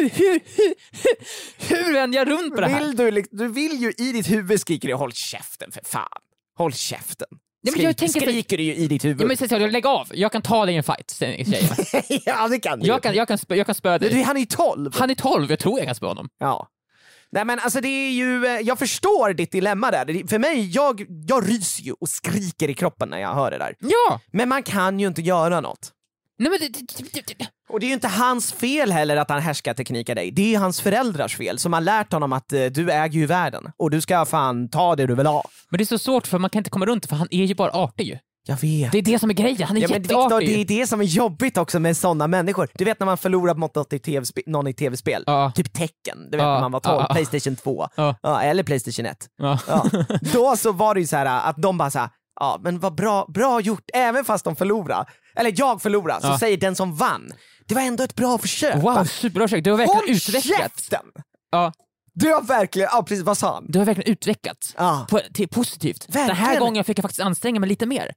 hur vänder jag runt på det här? Du vill ju i ditt huvud skriker du håll käften för fan. Håll käften. Ja, men jag tänker skriker du ju i ditt huvud. Ja, men jag lägg av. Jag kan ta dig i en fight, säger ja, det kan du. Jag kan spöa dig. Han är ju 12. Han är 12, jag tror jag kan spöa honom. Ja. Nej men alltså det är ju, jag förstår ditt dilemma där. För mig, jag ryser ju och skriker i kroppen när jag hör det där. Ja. Men man kan ju inte göra något. Nej, men och det är ju inte hans fel heller att han härskar teknikar dig. Det är hans föräldrars fel som har lärt honom att du äger ju världen och du ska fan ta det du vill ha. Men det är så svårt för man kan inte komma runt för han är ju bara artig ju. Jag vet. Det är det som är grejen, han är jätteartig. Det är det som är jobbigt också med sådana människor. Du vet när man förlorar mot någon i tv-spel, typ Tekken, du vet när man var 12, Playstation 2 eller Playstation 1. Då så var det ju så här att de bara så här, ja men vad bra gjort, även fast de förlorar. Eller jag förlorar, så säger den som vann, det var ändå ett bra försök. Wow, superbra försök, du har verkligen utvecklat. Käften! Ja. Du har verkligen, precis vad sa han? Du har verkligen utvecklats till positivt. Verkligen. Den här gången fick jag faktiskt anstränga mig lite mer.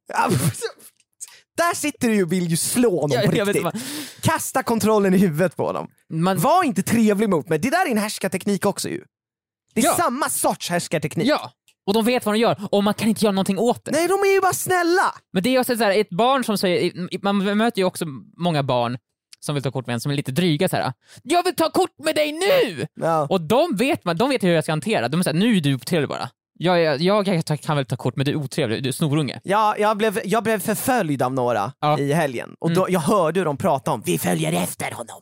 Där sitter du och vill ju slå honom på riktigt. Kasta kontrollen i huvudet på honom. Var inte trevlig mot mig. Det där är en härskarteknik också ju. Det är samma sorts härskarteknik. Ja. Och de vet vad de gör och man kan inte göra någonting åt det. Nej, de är ju bara snälla. Men det är också så här, ett barn som säger, man möter ju också många barn som vill ta kort med en som är lite dryga så här. Jag vill ta kort med dig nu! Ja. Och de vet hur jag ska hantera. De säger nu är du otrevlig bara. Jag kan väl ta kort, men du är otrevlig, du är snorunge. Ja, jag blev förföljd av några i helgen. Och då, jag hörde hur de pratade om, vi följer efter honom.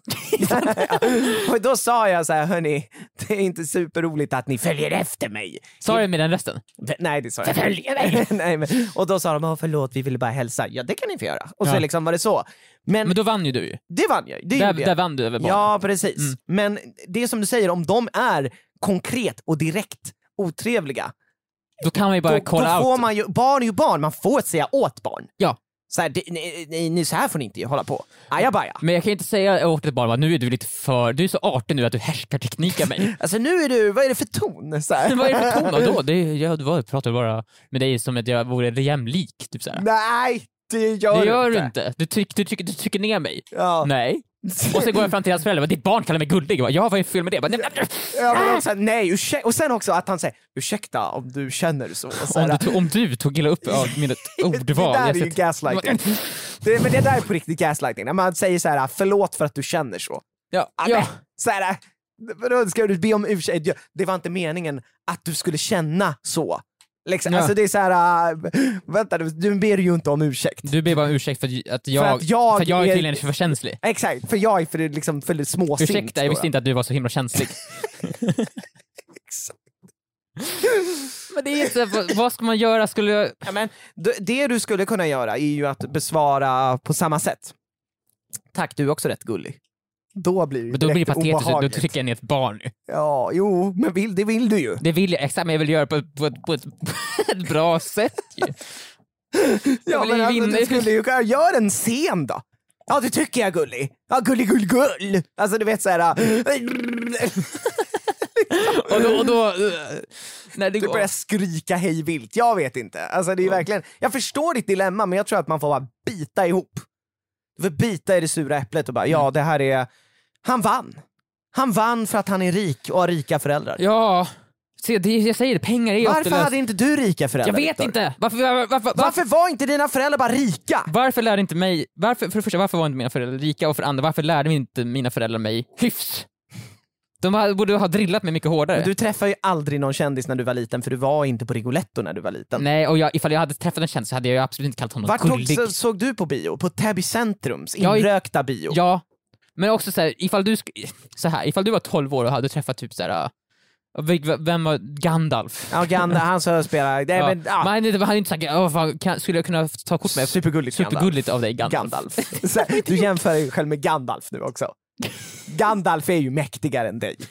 Och då sa jag så här, hörni, det är inte superroligt att ni följer efter mig. Sa du med den rösten? Nej, det sa jag inte. Nej, men, och då sa de, förlåt, vi ville bara hälsa. Ja, det kan ni få göra. Och så liksom var det så. Men då vann ju du ju. Det vann jag. Där vann du över barnen. Ja, precis. Men det som du säger, om de är konkret och direkt otrevliga, då kan man ju bara kolla får man ju, barn är ju barn, man får säga åt barn. Ja. Så här, så här får ni inte hålla på. Ajabaja. Men jag kan inte säga åt ett barn, nu är du lite för, du är så artig nu att du härskar tekniken mig. Alltså nu är du, vad är det för ton? Så här. Vad är det för ton då? Jag pratar bara med dig som att jag vore jämlik. Typ så här. Nej, det gör du inte. Du trycker ner mig. Ja. Nej. Och så går jag fram till hans föräldrar, ditt barn kallar mig gullig. Ja, vad är fel med det? Men också, nej, och sen också att han säger, ursäkta om du känner så. Om du tog illa upp av mitt ordval. Det där är ju gaslighting. Men det där är på riktigt gaslighting. När man säger så här, förlåt för att du känner så. Ja. Så här, då ska du be om ursäkt. Det var inte meningen att du skulle känna så. Liksom, alltså det är så här, vänta, du ber ju inte om ursäkt. Du ber bara om ursäkt för att jag är tydligen för känslig. Exakt, för jag är för småsint. Ursäkta, jag visste inte att du var så himla känslig. Exakt. Men det är inte, vad ska man göra? Ja, men det du skulle kunna göra är ju att besvara på samma sätt. Tack, du är också rätt gullig. Då blir det patetiskt, då trycker jag ner ett barn. Ja, jo, men det vill du ju. Det vill jag, exakt, men jag vill göra på ett bra sätt ju. Ja, men alltså, du skulle ju göra en scen då. Ja, det tycker jag, Gullig. Ja, gull. Alltså du vet så här. och då när det du börjar skrika hej vilt. Jag vet inte. Alltså det är verkligen. Jag förstår ditt dilemma, men jag tror att man får bara bita ihop. Du får bita i det sura äpplet och bara ja, det här är. Han vann för att han är rik och har rika föräldrar. Ja. Se, jag säger det, pengar är varför hade inte du rika föräldrar? Jag vet Victor? Inte. Varför var inte dina föräldrar bara rika? Varför lärde inte mig? För det första, varför var inte mina föräldrar rika? Och för det andra, varför lärde inte mina föräldrar mig hyfs? De borde ha drillat mig mycket hårdare. Men du träffade ju aldrig någon kändis när du var liten, för du var inte på Rigoletto när du var liten. Nej, och ifall jag hade träffat en kändis så hade jag absolut inte kallat honom gullig. Vart såg du på bio? På Täby Centrums inrökta bio? Ja, men också så här, ifall du var 12 år och hade träffat typ så här. Vem var Gandalf? Ja, Gandalf, han som spelar. Men han hade inte sagt, skulle jag kunna ta kort med? Supergulligt av dig, Gandalf. Du jämför dig själv med Gandalf nu också. Gandalf är ju mäktigare än dig.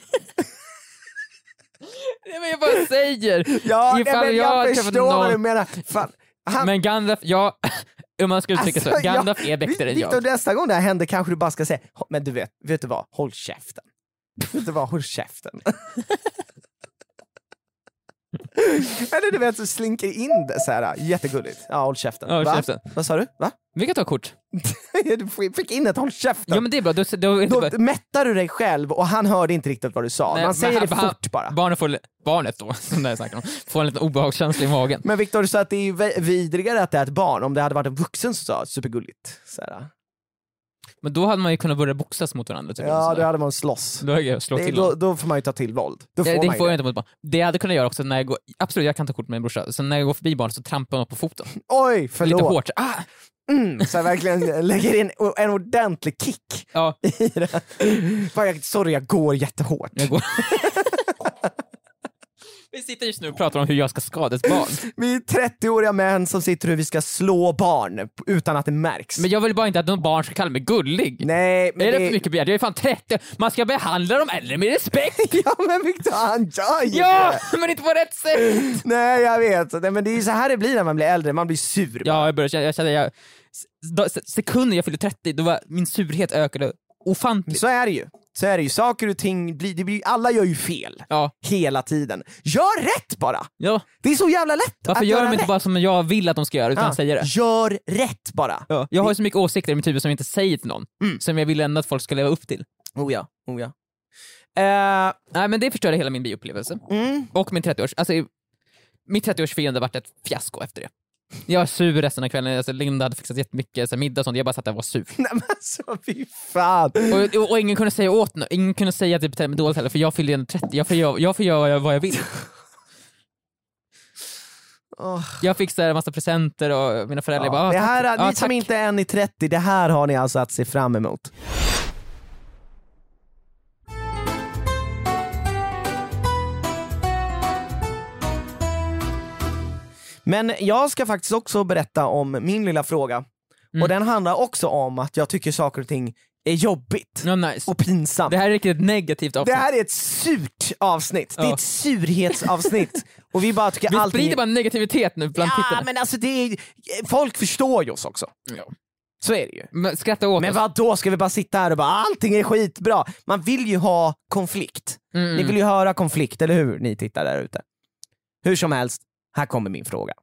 Nej, men jag bara säger. Ja, jag förstår vad du menar. Fan, men Gandalf, om man skulle uttrycka så, Gandalf är bättre än jag. Nästa gång det här händer kanske du bara ska säga, men du vet du vad, håll käften. Vet du vad, håll käften. Eller du vet, så slinker in det så här, jättegulligt. Ja, håll käften. Ja, håll käften. Vad sa du? Va? Vi kan ta kort. Du fick in ett håll käften. Ja, men det är bra. Då mättar du dig själv och han hörde inte riktigt vad du sa. Nej, man säger det fort bara. Barnet då, som det snackar om, får en liten obehagskänsla i magen. Men Victor, du sa att det är vidrigare att det är ett barn. Om det hade varit en vuxen så sa supergulligt. Så här. Men då hade man ju kunnat börja boxas mot varandra. Typ, ja, då hade man slåss. Då får man ju ta till våld. Det får jag inte mot barn. Det jag hade kunnat göra också när jag går. Absolut, jag kan ta kort med min brorsa. Så när jag går förbi barn så trampar man på foten. Oj, förlåt. Lite hårt. Så jag verkligen lägger in en ordentlig kick i det. Sorry, jag går jättehårt. Vi sitter just nu och pratar om hur jag ska skada ett barn. Vi är 30-åriga män som sitter hur vi ska slå barn utan att det märks. Men jag vill bara inte att någon barn ska kalla mig gullig. Nej, men är det för mycket begärt? Jag är fan 30. Man ska behandla dem äldre med respekt. Ja, men Victor, han gör ju det. Men inte på rätt sätt. Nej, jag vet. Nej, men det är ju så här det blir när man blir äldre. Man blir sur. Ja, jag kände sekunder jag fyllde 30, då var min surhet ökade ofantligt. Så är det ju. Saker och ting alla gör ju fel hela tiden. Gör rätt bara. Ja. Det är så jävla lätt. Varför gör de inte bara som jag vill att de ska göra utan säger det? Gör rätt bara. Ja. Jag har ju så mycket åsikter i mitt huvud som jag inte säger till någon. Som jag vill ändå att folk ska leva upp till. Oh ja. Nej, men det förstörde hela min bioupplevelse. Och min 30-års. Alltså, mitt 30-årsfirande har varit ett fiasko efter det. Jag var sur resten av kvällen. Alltså, Linda hade fixat jättemycket så middag och sånt. Jag bara satt där och var sur. Nej, men så fy fan. Och ingen kunde säga åt något. Ingen kunde säga att det betedde mig dåligt heller. För jag fyllde ändå 30. Jag får göra vad jag vill. Jag fick så här en massa presenter och mina föräldrar bara... Det här, ni som inte är än i 30, det här har ni alltså att se fram emot. Men jag ska faktiskt också berätta om min lilla fråga. Och den handlar också om att jag tycker saker och ting är jobbigt och pinsamt. Det här är riktigt negativt avsnitt. Det här är ett surt avsnitt. Det är ett surhetsavsnitt. Och vi bara tycker vi sprider bara negativitet nu bland tittarna. Men alltså folk förstår ju oss också. Ja. Så är det ju. Men skratta åt oss. Vadå, ska vi bara sitta här och bara allting är skitbra? Man vill ju ha konflikt. Ni vill ju höra konflikt, eller hur? Ni tittar där ute. Hur som helst. Här kommer min fråga.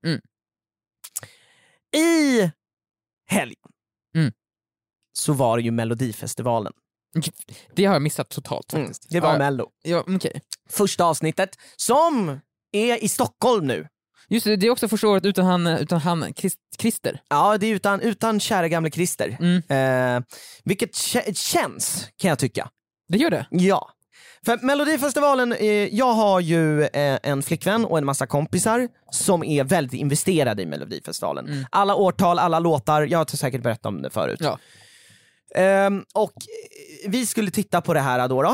I helgen så var det ju Melodifestivalen. Det har jag missat totalt faktiskt. Det var Mello. Ja, okay. Första avsnittet som är i Stockholm nu. Just det, det är också första året utan han Christer. Ja, det är utan kära gamla Christer. Vilket känns, kan jag tycka. Det gör det? Ja. För Melodifestivalen, jag har ju en flickvän och en massa kompisar som är väldigt investerade i Melodifestivalen. Alla årtal, alla låtar, jag har säkert berättat om det förut. Ja. Och vi skulle titta på det här då.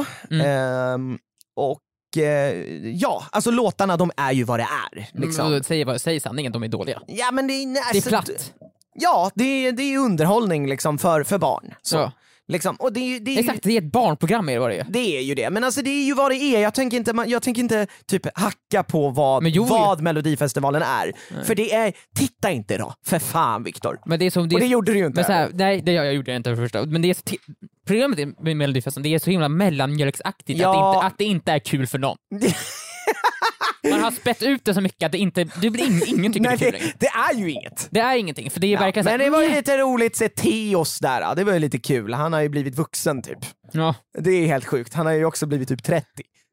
Alltså låtarna, de är ju vad det är. Liksom. Säg sanningen, de är dåliga. Ja, men det är platt. Ja, det är underhållning liksom för barn. Så. Ja. Liksom. Och exakt, det är ett barnprogram är vad det är. Det är ju det, men alltså det är ju vad det är. Jag tänker inte typ hacka på vad Melodifestivalen är. Nej. För det är, titta inte då, för fan Viktor. Men det är som och det gjorde du ju inte. Men så här, nej, jag gjorde det inte för första. Men det är programmet med Melodifestivalen, det är så himla mellanmjölksaktigt att det inte är kul för någon. Man har spett ut det så mycket att det blir ingen tycker nej, det är kul. Det är ju inget. Det är ingenting, för det är verkligen så här, men det var ju lite roligt att se Theos där. Det var ju lite kul. Han har ju blivit vuxen typ. Ja. Det är helt sjukt. Han har ju också blivit typ 30.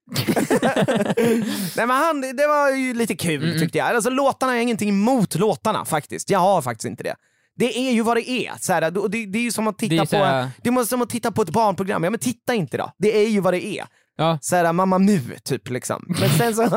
Nej, men det var ju lite kul tyckte jag. Alltså låtarna är ingenting emot låtarna faktiskt. Jag har faktiskt inte det. Det är ju vad det är. Så här, det är ju som att titta på det är som att titta på ett barnprogram. Ja, men titta inte då. Det är ju vad det är. Ja. Såhär Mamma Mu typ liksom. Men sen så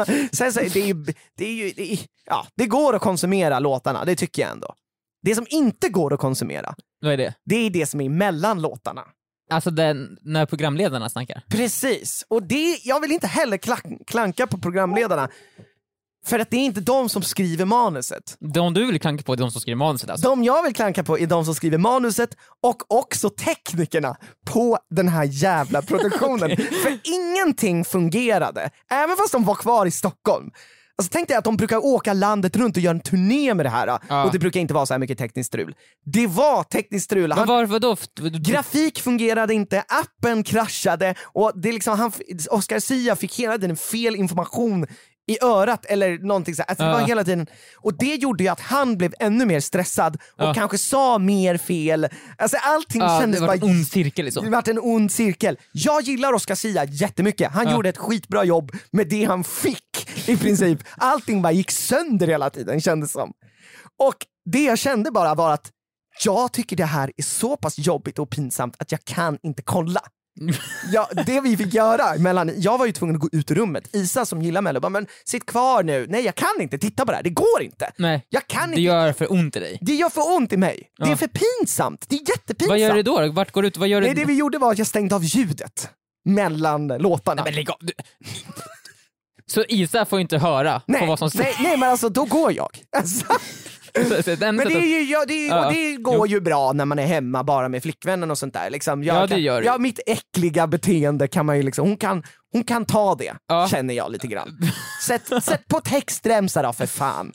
det går att konsumera låtarna, det tycker jag ändå. Det som inte går att konsumera, vad är det? Det är det som är mellan låtarna. Alltså när programledarna snackar. Precis. Och jag vill inte heller klanka på programledarna. För att det är inte de som skriver manuset. De du vill klanka på är de som skriver manuset alltså. De jag vill klanka på är de som skriver manuset och också teknikerna på den här jävla produktionen. Okay. För ingenting fungerade. Även fast de var kvar i Stockholm. Alltså tänk dig att de brukar åka landet runt och göra en turné med det här. Ja. Och det brukar inte vara så här mycket tekniskt strul. Det var tekniskt strul. Vadå? Grafik fungerade inte, appen kraschade. Och det är liksom, Oscar Sia fick hela tiden fel information i örat eller någonting så. Alltså det var hela tiden. Och det gjorde ju att han blev ännu mer stressad och kanske sa mer fel. Alltså allting kändes bara... Det var en ond cirkel liksom. Det var en ond cirkel. Jag gillar Oscar Sia jättemycket. Han gjorde ett skitbra jobb med det han fick i princip. Allting bara gick sönder hela tiden, kändes som. Och det jag kände bara var att jag tycker det här är så pass jobbigt och pinsamt att jag kan inte kolla. Ja, det vi fick göra jag var ju tvungen att gå ut ur rummet. Isa som gillar Mello bara, men sitt kvar nu. Nej, jag kan inte titta på det här, det går inte. Nej, jag kan inte. Det gör för ont i dig. Det gör för ont i mig. Det är för pinsamt, det är jättepinsamt. Vad gör du då? Vart går du ut? Vad gör du? Nej, det vi gjorde var att jag stängde av ljudet mellan låtarna. Nej, men lägg av. Så Isa får inte höra på vad som sägs. Nej, men alltså då går jag. Alltså. Men det går ju bra när man är hemma bara med flickvännen och sånt där liksom. Mitt äckliga beteende kan man ju liksom, hon kan ta det, känner jag lite grann. Sätt på textremsar då, för fan.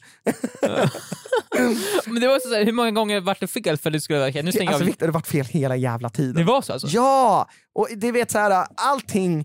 Men det var så här, hur många gånger vart det fel för att du skulle vara nu stänger alltså, Victor, det vart fel hela jävla tiden. Det var så alltså? Ja, och det vet så här, allting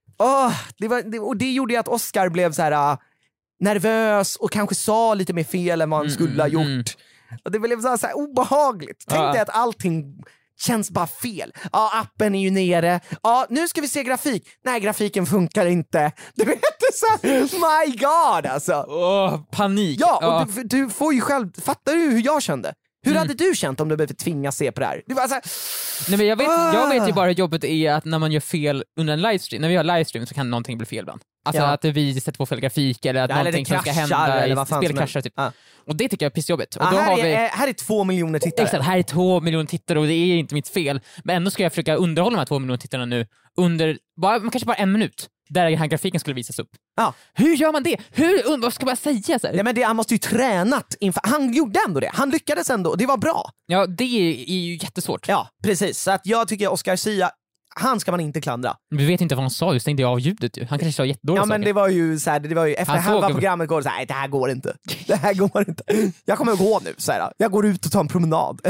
och det gjorde ju att Oscar blev så här nervös och kanske sa lite mer fel än vad han skulle ha gjort. Och det blev så här obehagligt. Tänk dig att allting känns bara fel. Ja, appen är ju nere. Ja, nu ska vi se grafik. Nej, grafiken funkar inte. Du vet så, my god alltså. Panik. Ja, och du får ju själv, fattar du hur jag kände? Hur hade du känt om du behövde tvingas se på det här? Du var så här, nej, men jag vet ju bara hur jobbet är att när man gör fel under en livestream. När vi har livestream så kan någonting bli fel ibland. Alltså att vi sätter på fel grafik eller att någonting som ska hända i spelkraschar typ. Och det tycker jag är pissjobbigt. Och då här är 2 miljoner tittare. Exakt, här är 2 miljoner tittare och det är inte mitt fel. Men ändå ska jag försöka underhålla de här 2 miljoner tittarna nu under kanske bara 1 minut. Där den här grafiken skulle visas upp. Ja. Hur gör man det? Vad ska man säga? Så här? Ja, men han måste ju tränat inför. Han gjorde ändå det. Han lyckades ändå. Det var bra. Ja, det är ju jättesvårt. Ja, precis. Så att jag tycker Oscar Sia, han ska man inte klandra. Du vet inte vad han sa, du stängde av ljudet ju. Han kanske sa jättedåligt. Ja, men det var ju så här, efter halva programmet går det så här, det här går inte. Det här går inte. Jag kommer att gå nu så här. Jag går ut och tar en promenad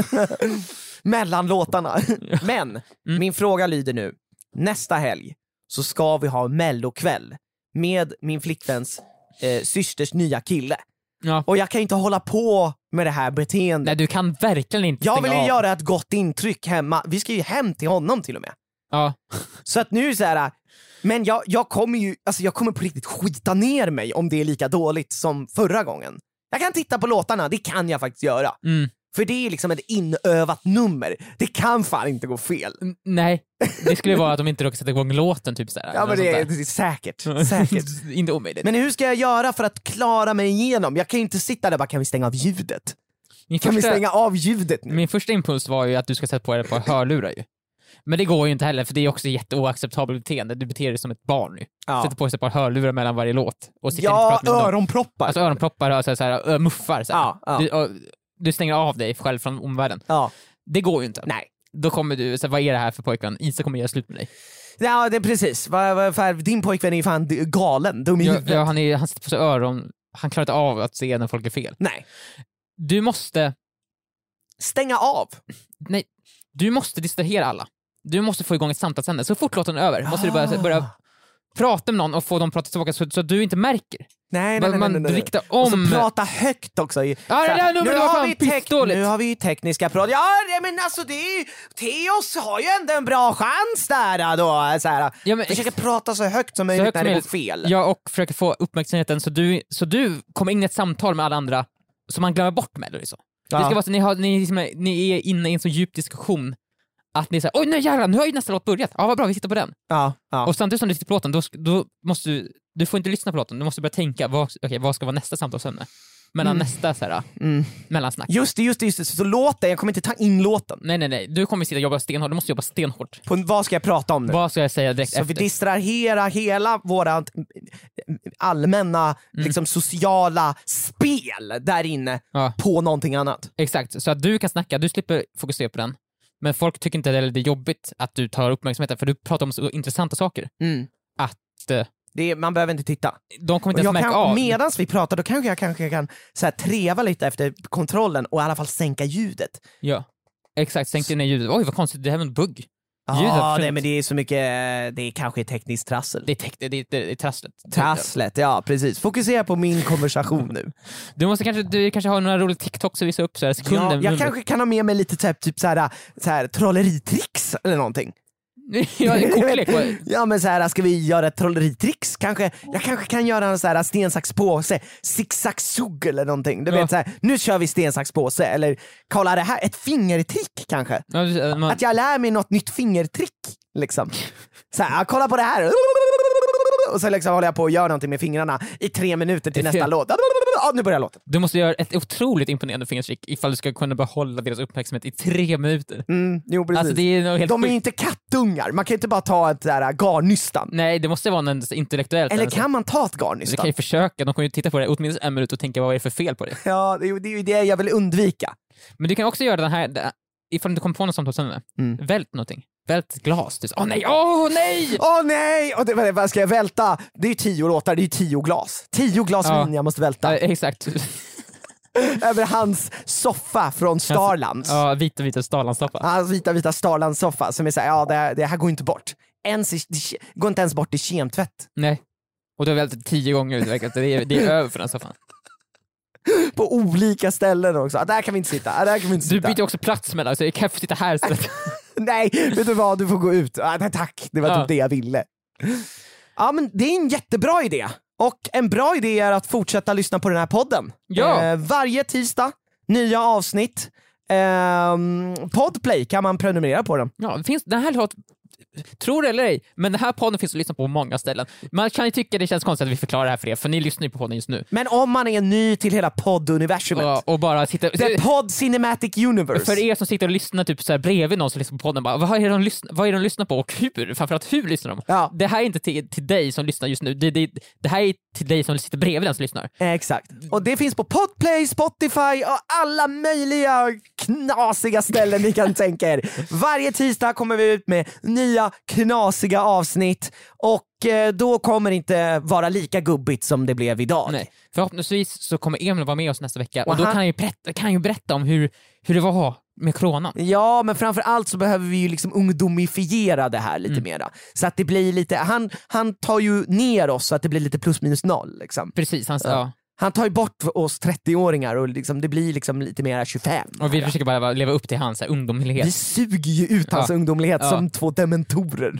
mellan låtarna. Men min fråga lyder nu. Nästa helg så ska vi ha Mellokväll med min flickväns systers nya kille. Ja. Och jag kan inte hålla på med det här beteendet. Nej, du kan verkligen inte. Jag vill ju göra ett gott intryck hemma. Vi ska ju hem till honom till och med. Ja. Så att nu så här, men jag kommer på riktigt skita ner mig om det är lika dåligt som förra gången. Jag kan titta på låtarna, det kan jag faktiskt göra. För det är liksom ett inövat nummer. Det kan fan inte gå fel. Nej, det skulle vara att de inte råkar sätta igång låten typ sådär. Ja, men det är säkert. Inte omöjligt. Men hur ska jag göra för att klara mig igenom? Jag kan ju inte sitta där bara, kan vi stänga av ljudet? Kan vi stänga av ljudet nu? Min första impuls var ju att du ska sätta på dig på hörlurar ju. Men det går ju inte heller, för det är också jätteoacceptabelt beteende. Du beter dig som ett barn nu. Ja. Sätter på sig ett par hörlurar mellan varje låt. Och öronproppar. Alltså öronproppar och så här, muffar. Så här. Ja. Du stänger av dig själv från omvärlden. Ja. Det går ju inte. Nej. då kommer du så vad är det här för pojkvän? Isa kommer göra slut med dig. Ja, det är precis. Din pojkvän är ju fan galen, dum i huvudet. Ja, han sitter på sig öron. Han klarar inte av att se när folk är fel. Nej. Du måste stänga av. Nej, du måste distrahera alla. Du måste få igång ett samtalsämne. Så fort låten är över måste du börja prata med någon och få dem att prata tillbaka så att du inte märker. Nej. Riktar om. Och så prata högt också. Nu har vi tekniska prat. Ja, men alltså Theos har ju ändå en bra chans där då. Försöka prata så högt som möjligt när det går fel. Ja, och försöka få uppmärksamheten så du kommer in i ett samtal med alla andra så man glömmer bort med det så. Ja. Det ska vara så ni är inne i en så djup diskussion att ni säger, oj nej jävlar, nu har ju nästa låt börjat. Ja, vad bra, vi sitter på den. Ja. Och samtidigt som du sitter på låten, då måste du får inte lyssna på låten. Du måste börja tänka, vad ska vara nästa samtalsämne? Mellan nästa mellansnack. Just det. Så låten, jag kommer inte ta in låten. Nej. Du kommer sitta och jobba stenhårt. Du måste jobba stenhårt. Vad ska jag prata om nu? Vad ska jag säga direkt efter? Så vi distraherar hela våra allmänna liksom, sociala spel där inne på någonting annat. Exakt, så att du kan snacka, du slipper fokusera på den. Men folk tycker inte det är jobbigt att du tar uppmärksamheten för du pratar om så intressanta saker. Att man behöver inte titta. De kommer inte märka av. Medan vi pratar då kanske jag kan så här, treva lite efter kontrollen och i alla fall sänka ljudet. Ja, exakt. Sänka ner ljudet. Oj, vad konstigt, det här är en bugg. Ja, men det är så mycket, det är kanske tekniskt trassel. Det är trasslet. Trasslet, ja precis. Fokusera på min konversation nu. Du kanske har några roliga TikToks att visa upp så här sekunder. Ja, jag kanske kan ha med mig lite typ så här trolleritricks eller någonting. Ja men så här, ska vi göra ett trolleritricks? Jag kanske kan göra en så här sten, sax, påse, zigzag eller någonting. Du vet så här, nu kör vi sten, sax, påse eller kolla det här, ett fingertrick kanske. Att jag lär mig något nytt fingertrick liksom. Så här, kolla på det här. Och så liksom håller jag på att göra någonting med fingrarna i 3 minuter till nästa låt. Nu börjar låten. Du måste göra ett otroligt imponerande fingertrick ifall du ska kunna behålla deras uppmärksamhet i 3 minuter. Jo, precis. Alltså, det är helt de är inte kattungar. Man kan inte bara ta ett där garnnystan. Nej, det måste vara en intellektuellt. Eller kan man ta ett garnnystan? Du kan ju försöka. De kommer ju titta på det åtminstone 1 minut och tänka vad är det för fel på det. Ja, det är ju det jag vill undvika. Men du kan också göra den här ifall du inte kommer på något samtalsämne. Vält någonting. Vält ett glas. Åh nej! Och vad ska jag välta? Det är ju 10 låtar, det är ju 10 glas. 10 glas vin jag måste välta. Exakt. Över hans soffa från Starlands. Ja, vita Starlands-soffa. Hans vita Starlands-soffa som är såhär, det här går inte bort. Det går inte ens bort i kemtvätt. Nej. Och du har vältat 10 gånger utverkat. Det är över för den soffan. På olika ställen också. Där kan vi inte sitta. Du byter också plats med det, så jag kan få sitta här istället. Nej, vet du vad? Du får gå ut. Tack, det var typ det jag ville. Ja, men det är en jättebra idé. Och en bra idé är att fortsätta lyssna på den här podden. Ja. Varje tisdag, nya avsnitt. Podplay kan man prenumerera på den. Ja, det finns den här låt. Tror det eller ej, men den här podden finns att lyssna på många ställen. Man kan ju tycka det känns konstigt att vi förklarar det här för er, för ni lyssnar ju på podden just nu. Men om man är ny till hela podduniversumet och bara sitter... The Pod Cinematic Universe. För er som sitter och lyssnar typ så här bredvid någon som lyssnar på podden, bara, vad är de lyssnar på och hur? Framförallt hur lyssnar de? Ja. Det här är inte till dig som lyssnar just nu. Det här är till dig som sitter bredvid den som lyssnar. Exakt. Och det finns på Podplay, Spotify och alla möjliga knasiga ställen ni kan tänka er. Varje tisdag kommer vi ut med nya knasiga avsnitt och då kommer det inte vara lika gubbigt som det blev idag. Nej. Förhoppningsvis så kommer Emil vara med oss nästa vecka och då kan han ju berätta om hur det var med coronan. Ja, men framförallt så behöver vi ju liksom ungdomifiera det här lite mera. Så att det blir lite, han tar ju ner oss så att det blir lite plus minus noll liksom. Precis, Han tar ju bort oss 30-åringar och liksom, det blir liksom lite mer 25. Och vi försöker bara leva upp till hans ungdomlighet. Vi suger ju ut hans ungdomlighet som 2 dementorer.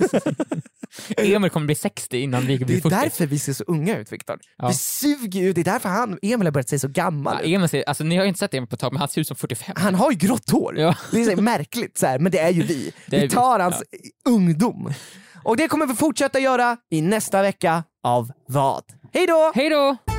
Emil kommer bli 60 innan vi blir 40. Det är därför vi ser så unga ut, Viktor. Vi suger ju ut, det är därför Emil har börjat se så gammal. Emil ser, alltså, ni har ju inte sett Emil på ett tag, men han ser ut som 45. Han har ju grått hår. Ja. Det är så märkligt, så här, men det är ju vi. Vi tar hans ungdom. Och det kommer vi fortsätta göra i nästa vecka av vad? Hej då! Hej då!